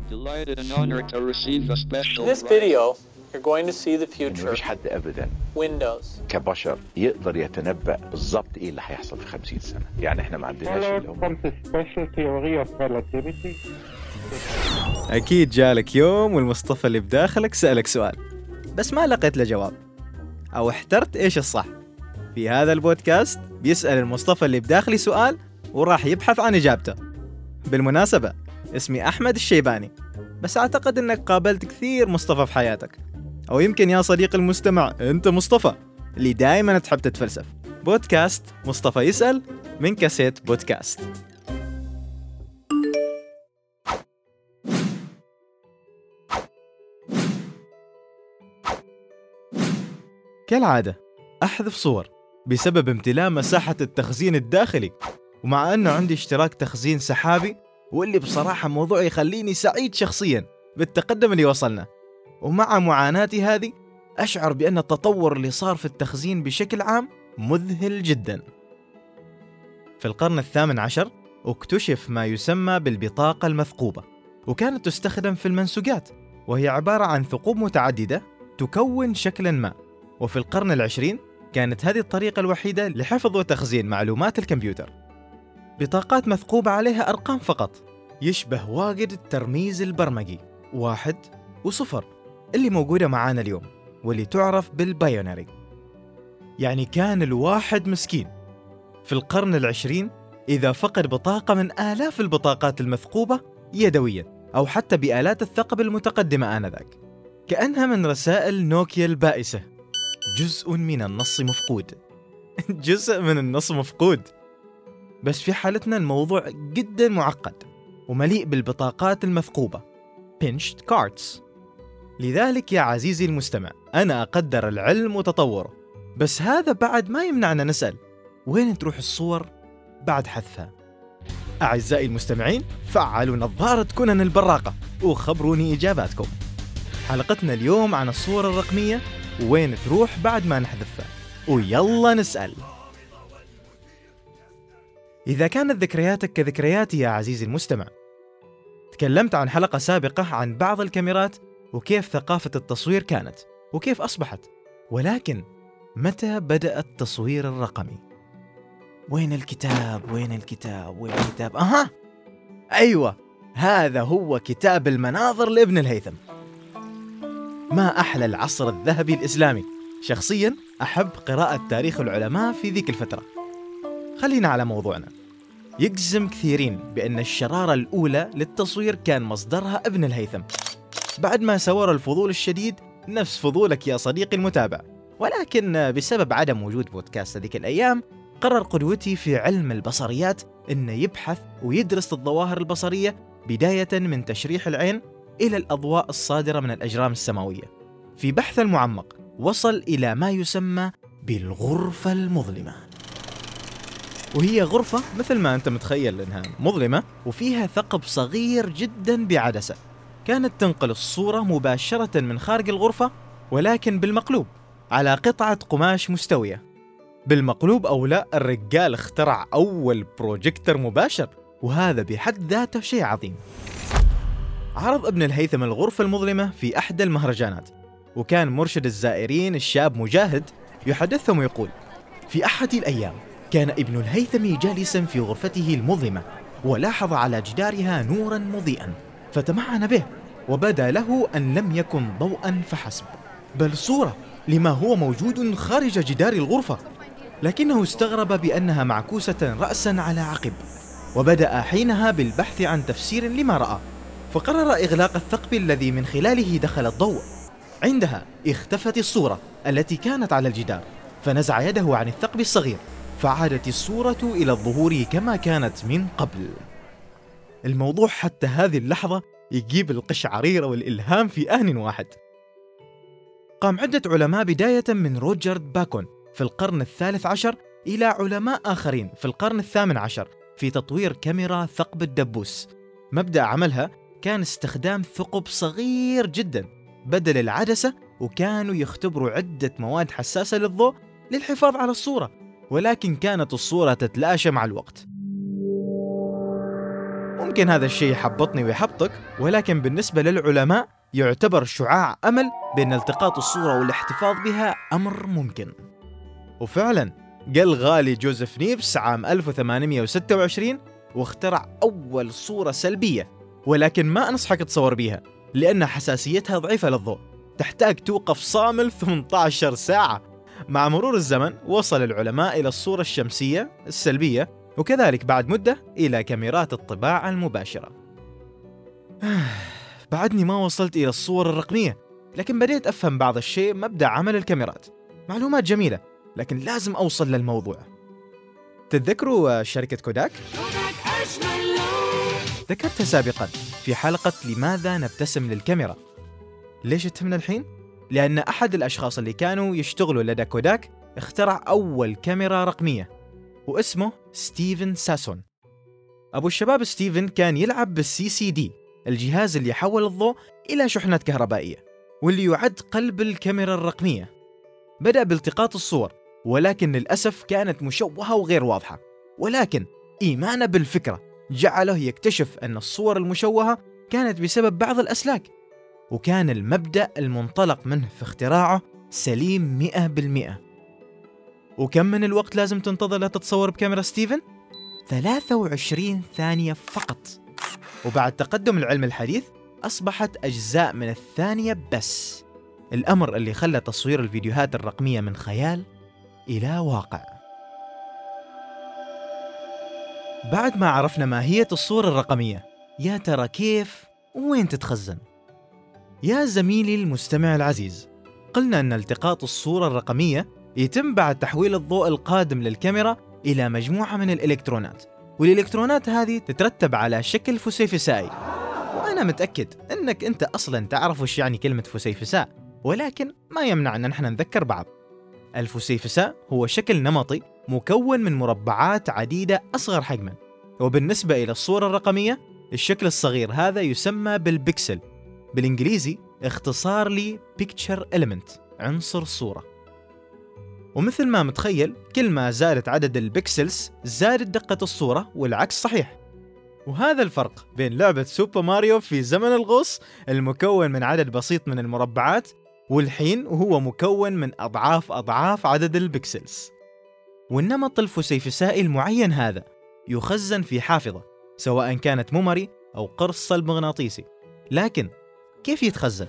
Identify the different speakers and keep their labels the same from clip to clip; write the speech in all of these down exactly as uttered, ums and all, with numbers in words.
Speaker 1: Delighted and honored to receive a special.
Speaker 2: In this video, you're going to see the
Speaker 3: إنه
Speaker 2: future.
Speaker 3: مفيش حد أبداً
Speaker 2: Windows.
Speaker 3: كبشر يقدر يتنبأ بالضبط إيه اللي هيحصل في خمسين سنة. يعني إحنا ما عندناش اللي هم.
Speaker 4: Some special theory of relativity.
Speaker 5: أكيد جالك يوم والمصطفى اللي بداخلك سألك سؤال بس ما لقيت له جواب أو احترت إيش الصح. في هذا البودكاست بيسأل المصطفى اللي بداخلي سؤال وراح يبحث عن إجابته. بالمناسبة اسمي أحمد الشيباني، بس أعتقد أنك قابلت كثير مصطفى في حياتك، أو يمكن يا صديق المستمع أنت مصطفى اللي دائما تحب تتفلسف. بودكاست مصطفى يسأل من كاسيت بودكاست. كالعادة أحذف صور بسبب امتلاء مساحة التخزين الداخلي، ومع أنه عندي اشتراك تخزين سحابي واللي بصراحة موضوع يخليني سعيد شخصياً بالتقدم اللي وصلنا، ومع معاناتي هذه أشعر بأن التطور اللي صار في التخزين بشكل عام مذهل جداً. في القرن الثامن عشر اكتشف ما يسمى بالبطاقة المثقوبة، وكانت تستخدم في المنسوجات، وهي عبارة عن ثقوب متعددة تكون شكلاً ما. وفي القرن العشرين كانت هذه الطريقة الوحيدة لحفظ وتخزين معلومات الكمبيوتر. بطاقات مثقوبة عليها أرقام فقط، يشبه واجد الترميز البرمجي واحد وصفر اللي موجودة معانا اليوم، واللي تعرف بالبايونري. يعني كان الواحد مسكين في القرن العشرين إذا فقد بطاقة من آلاف البطاقات المثقوبة يدويا أو حتى بآلات الثقب المتقدمة آنذاك، كأنها من رسائل نوكيا البائسة. جزء من النص مفقود. جزء من النص مفقود. بس في حالتنا الموضوع جدا معقد ومليء بالبطاقات المثقوبة pinched cards. لذلك يا عزيزي المستمع، أنا أقدر العلم وتطوره، بس هذا بعد ما يمنعنا نسأل وين تروح الصور بعد حذفها. أعزائي المستمعين، فعلوا نظارة كونان البراقة وخبروني إجاباتكم. حلقتنا اليوم عن الصور الرقمية وين تروح بعد ما نحذفها، ويلا نسأل. إذا كانت ذكرياتك كذكرياتي يا عزيزي المستمع، تكلمت عن حلقة سابقة عن بعض الكاميرات وكيف ثقافة التصوير كانت وكيف أصبحت، ولكن متى بدأ التصوير الرقمي؟ وين الكتاب؟ وين الكتاب؟ وين الكتاب؟ أها، أيوة، هذا هو كتاب المناظر لابن الهيثم. ما أحلى العصر الذهبي الإسلامي. شخصياً أحب قراءة تاريخ العلماء في ذيك الفترة. خلينا على موضوعنا. يجزم كثيرين بأن الشرارة الأولى للتصوير كان مصدرها ابن الهيثم، بعد ما سور الفضول الشديد نفس فضولك يا صديقي المتابع. ولكن بسبب عدم وجود بودكاست ذيك الأيام، قرر قدوتي في علم البصريات أنه يبحث ويدرس الظواهر البصرية بداية من تشريح العين إلى الأضواء الصادرة من الأجرام السماوية. في بحث المعمق وصل إلى ما يسمى بالغرفة المظلمة، وهي غرفة مثل ما أنت متخيل أنها مظلمة وفيها ثقب صغير جدا بعدسة، كانت تنقل الصورة مباشرة من خارج الغرفة، ولكن بالمقلوب على قطعة قماش مستوية. بالمقلوب أو لا، الرجال اخترع أول بروجيكتر مباشر، وهذا بحد ذاته شيء عظيم. عرض ابن الهيثم الغرفة المظلمة في أحد المهرجانات، وكان مرشد الزائرين الشاب مجاهد يحدثهم ويقول: في أحد الأيام كان ابن الهيثم جالسا في غرفته المظلمة، ولاحظ على جدارها نورا مضيئا، فتمعن به، وبدا له أن لم يكن ضوءا فحسب، بل صورة لما هو موجود خارج جدار الغرفة، لكنه استغرب بأنها معكوسة رأسا على عقب، وبدأ حينها بالبحث عن تفسير لما رأى، فقرر إغلاق الثقب الذي من خلاله دخل الضوء. عندها اختفت الصورة التي كانت على الجدار، فنزع يده عن الثقب الصغير، فعادت الصورة إلى الظهور كما كانت من قبل. الموضوع حتى هذه اللحظة يجيب القشعريرة والإلهام في آن واحد. قام عدة علماء بداية من روجرد باكون في القرن الثالث عشر إلى علماء آخرين في القرن الثامن عشر في تطوير كاميرا ثقب الدبوس. مبدأ عملها كان استخدام ثقب صغير جدا بدل العدسة، وكانوا يختبروا عدة مواد حساسة للضوء للحفاظ على الصورة، ولكن كانت الصورة تتلاشى مع الوقت. ممكن هذا الشيء يحبطني ويحبطك، ولكن بالنسبة للعلماء يعتبر شعاع أمل بأن التقاط الصورة والاحتفاظ بها أمر ممكن. وفعلا قال غالي جوزيف نيبس عام ألف وثمانمئة وستة وعشرين واخترع أول صورة سلبية، ولكن ما أنصحك تصور بيها لأن حساسيتها ضعيفة للضوء، تحتاج توقف صامل ثمانية عشر ساعة. مع مرور الزمن وصل العلماء إلى الصورة الشمسية السلبية، وكذلك بعد مدة إلى كاميرات الطباعة المباشرة. بعدني ما وصلت إلى الصور الرقمية، لكن بديت أفهم بعض الشيء مبدأ عمل الكاميرات. معلومات جميلة، لكن لازم أوصل للموضوع. تتذكروا شركة كوداك؟ ذكرتها سابقا في حلقة لماذا نبتسم للكاميرا. ليش تهمنا الحين؟ لأن أحد الأشخاص اللي كانوا يشتغلوا لدى كوداك اخترع أول كاميرا رقمية، واسمه ستيفن ساسون. أبو الشباب ستيفن كان يلعب بالسي سي دي، الجهاز اللي يحول الضوء إلى شحنات كهربائية، واللي يعد قلب الكاميرا الرقمية. بدأ بالتقاط الصور، ولكن للأسف كانت مشوهة وغير واضحة، ولكن إيمانه بالفكرة جعله يكتشف أن الصور المشوهة كانت بسبب بعض الأسلاك، وكان المبدأ المنطلق منه في اختراعه سليم مئة بالمئة. وكم من الوقت لازم تنتظر لتتصور بكاميرا ستيفن؟ ثلاثة وعشرين ثانية فقط. وبعد تقدم العلم الحديث أصبحت أجزاء من الثانية بس، الأمر اللي خلى تصوير الفيديوهات الرقمية من خيال إلى واقع. بعد ما عرفنا ماهية الصورة الرقمية، يا ترى كيف وين تتخزن؟ يا زميلي المستمع العزيز، قلنا أن التقاط الصورة الرقمية يتم بعد تحويل الضوء القادم للكاميرا إلى مجموعة من الإلكترونات، والإلكترونات هذه تترتب على شكل فسيفسائي. وأنا متأكد أنك أنت أصلاً تعرف وش يعني كلمة فسيفساء، ولكن ما يمنع أن نحن نذكر بعض. الفسيفساء هو شكل نمطي مكون من مربعات عديدة أصغر حجماً، وبالنسبة إلى الصورة الرقمية الشكل الصغير هذا يسمى بالبكسل، بالإنجليزي اختصار لي Picture Element، عنصر الصورة. ومثل ما متخيل كل ما زادت عدد البكسلز زادت دقة الصورة، والعكس صحيح. وهذا الفرق بين لعبة سوبر ماريو في زمن الغوص المكون من عدد بسيط من المربعات، والحين وهو مكون من أضعاف أضعاف عدد البكسلز. والنمط الفسيفسائي المعين هذا يخزن في حافظة، سواء كانت ميموري أو قرص صلب مغناطيسي. لكن كيف يتخزن؟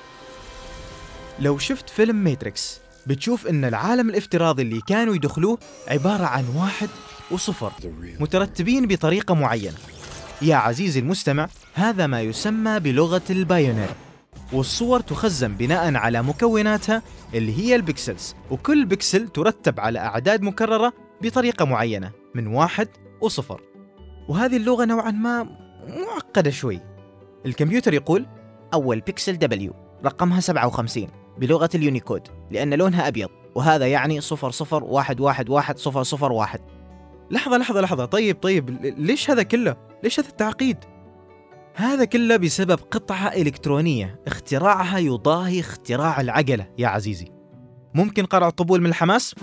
Speaker 5: لو شفت فيلم ماتريكس بتشوف إن العالم الافتراضي اللي كانوا يدخلوه عبارة عن واحد وصفر مترتبين بطريقة معينة. يا عزيزي المستمع، هذا ما يسمى بلغة البايونير، والصور تخزن بناء على مكوناتها اللي هي البكسلز، وكل بكسل ترتب على أعداد مكررة بطريقة معينة من واحد وصفر. وهذه اللغة نوعا ما معقدة شوي. الكمبيوتر يقول أول بكسل دبليو رقمها سبعة وخمسين بلغة اليونيكود لأن لونها أبيض، وهذا يعني صفر صفر واحد واحد واحد صفر صفر واحد. لحظة لحظة لحظة طيب طيب ليش هذا كله؟ ليش هذا التعقيد؟ هذا كله بسبب قطعة إلكترونية اختراعها يضاهي اختراع العجلة يا عزيزي. ممكن قرع الطبول من الحماس؟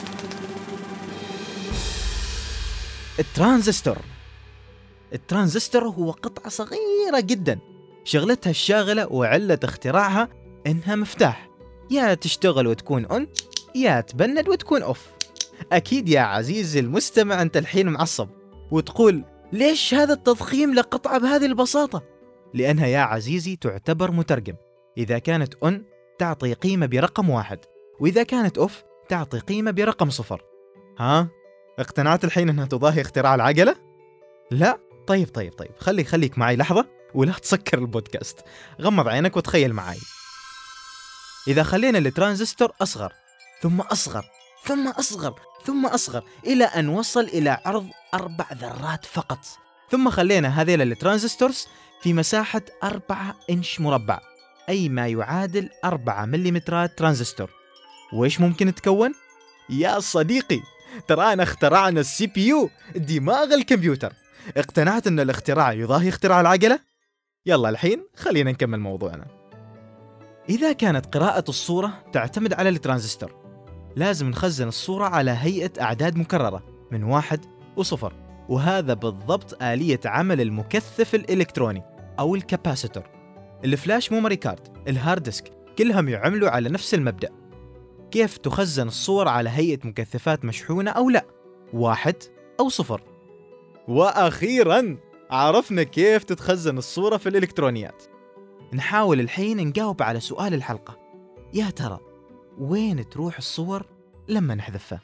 Speaker 5: الترانزستور. الترانزستور هو قطعة صغيرة جدا، شغلتها الشاغلة وعلة اختراعها إنها مفتاح، يا تشتغل وتكون أون يا تبند وتكون أوف. أكيد يا عزيزي المستمع أنت الحين معصب وتقول ليش هذا التضخيم لقطعة بهذه البساطة؟ لأنها يا عزيزي تعتبر مترجم. إذا كانت أون تعطي قيمة برقم واحد، وإذا كانت أوف تعطي قيمة برقم صفر. ها؟ اقتنعت الحين أنها تضاهي اختراع العجلة؟ لا؟ طيب طيب طيب خلي خليك معي لحظة ولا تسكر البودكاست، غمض عينك وتخيل معي. إذا خلينا الترانزستور أصغر ثم أصغر ثم أصغر ثم أصغر إلى أن وصل إلى عرض أربع ذرات فقط، ثم خلينا هذيل الترانزستورز في مساحة أربعة إنش مربع، أي ما يعادل أربعة مليمترات ترانزستور، وإيش ممكن تكون؟ يا صديقي ترانا اخترعنا السي بي يو، دماغ الكمبيوتر. اقتنعت أن الاختراع يضاهي اختراع العجلة؟ يلا الحين خلينا نكمل موضوعنا. إذا كانت قراءة الصورة تعتمد على الترانزستور، لازم نخزن الصورة على هيئة أعداد مكررة من واحد وصفر، وهذا بالضبط آلية عمل المكثف الإلكتروني أو الكاباسيتور. الفلاش ميموري كارد، الهارد ديسك، كلهم يعملوا على نفس المبدأ. كيف تخزن الصور على هيئة مكثفات مشحونة أو لا، واحد أو صفر. وأخيراً عرفنا كيف تتخزن الصورة في الإلكترونيات. نحاول الحين نجاوب على سؤال الحلقة، يا ترى وين تروح الصور لما نحذفها؟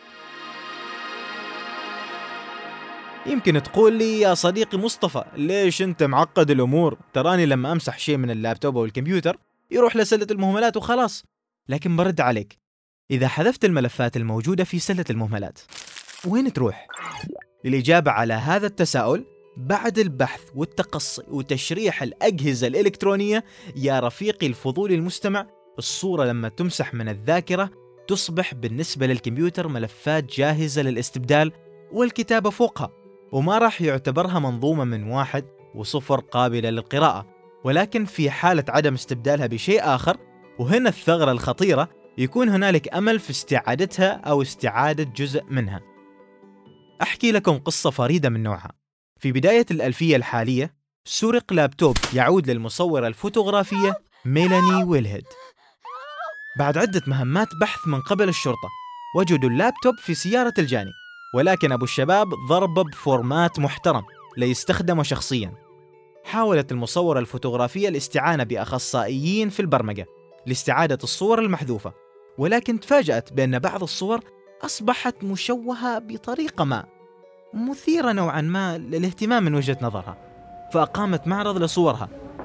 Speaker 5: يمكن تقول لي يا صديقي مصطفى ليش أنت معقد الأمور؟ تراني لما أمسح شيء من اللابتوب أو الكمبيوتر يروح لسلة المهملات وخلاص. لكن برد عليك، إذا حذفت الملفات الموجودة في سلة المهملات وين تروح؟ للإجابة على هذا التساؤل بعد البحث والتقصي وتشريح الأجهزة الإلكترونية يا رفيقي الفضولي المستمع، الصورة لما تمسح من الذاكرة تصبح بالنسبة للكمبيوتر ملفات جاهزة للاستبدال والكتابة فوقها، وما راح يعتبرها منظومة من واحد وصفر قابلة للقراءة. ولكن في حالة عدم استبدالها بشيء آخر، وهنا الثغرة الخطيرة، يكون هنالك أمل في استعادتها أو استعادة جزء منها. أحكي لكم قصة فريدة من نوعها. في بداية الألفية الحالية سرق لابتوب يعود للمصورة الفوتوغرافية ميلاني ويلهيد. بعد عدة مهمات بحث من قبل الشرطة وجدوا اللابتوب في سيارة الجاني، ولكن أبو الشباب ضربه بفورمات محترم ليستخدمه شخصياً. حاولت المصورة الفوتوغرافية الاستعانة بأخصائيين في البرمجة لاستعادة الصور المحذوفة، ولكن تفاجأت بأن بعض الصور أصبحت مشوهة بطريقة ما مثيرة نوعاً ما للاهتمام من وجهة نظرها، فأقامت معرض لصورها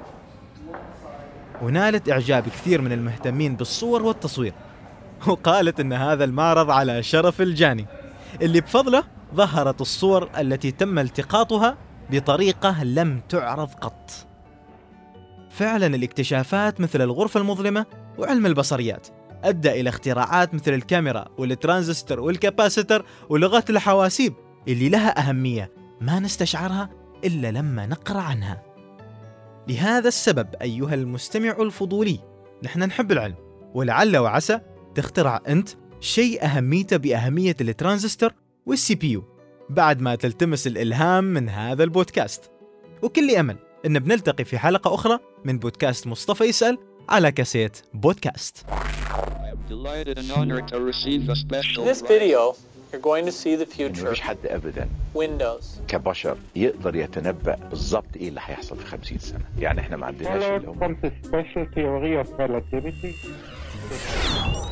Speaker 5: ونالت إعجاب كثير من المهتمين بالصور والتصوير، وقالت أن هذا المعرض على شرف الجاني اللي بفضله ظهرت الصور التي تم التقاطها بطريقة لم تعرض قط. فعلا الاكتشافات مثل الغرفة المظلمة وعلم البصريات أدى إلى اختراعات مثل الكاميرا والترانزستور والكاباسيتر ولغات الحواسيب اللي لها أهمية ما نستشعرها إلا لما نقرأ عنها. لهذا السبب أيها المستمع الفضولي، نحن نحب العلم، ولعل وعسى تخترع أنت شيء أهميته بأهمية الترانزستور والسي بي يو بعد ما تلتمس الإلهام من هذا البودكاست. وكل أمل إن بنلتقي في حلقة أخرى من بودكاست مصطفى يسأل على كاسيت بودكاست.
Speaker 1: Delighted and honored to receive a special.
Speaker 2: In this video, you're going to see the
Speaker 3: إنه
Speaker 2: future.
Speaker 3: مفيش حد أبدا
Speaker 2: Windows.
Speaker 3: كبشر يقدر يتنبأ بالضبط إيه اللي هيحصل في خمسين سنة. يعني إحنا ما عندناش اللي هم
Speaker 4: Follows from the special theory of relativity.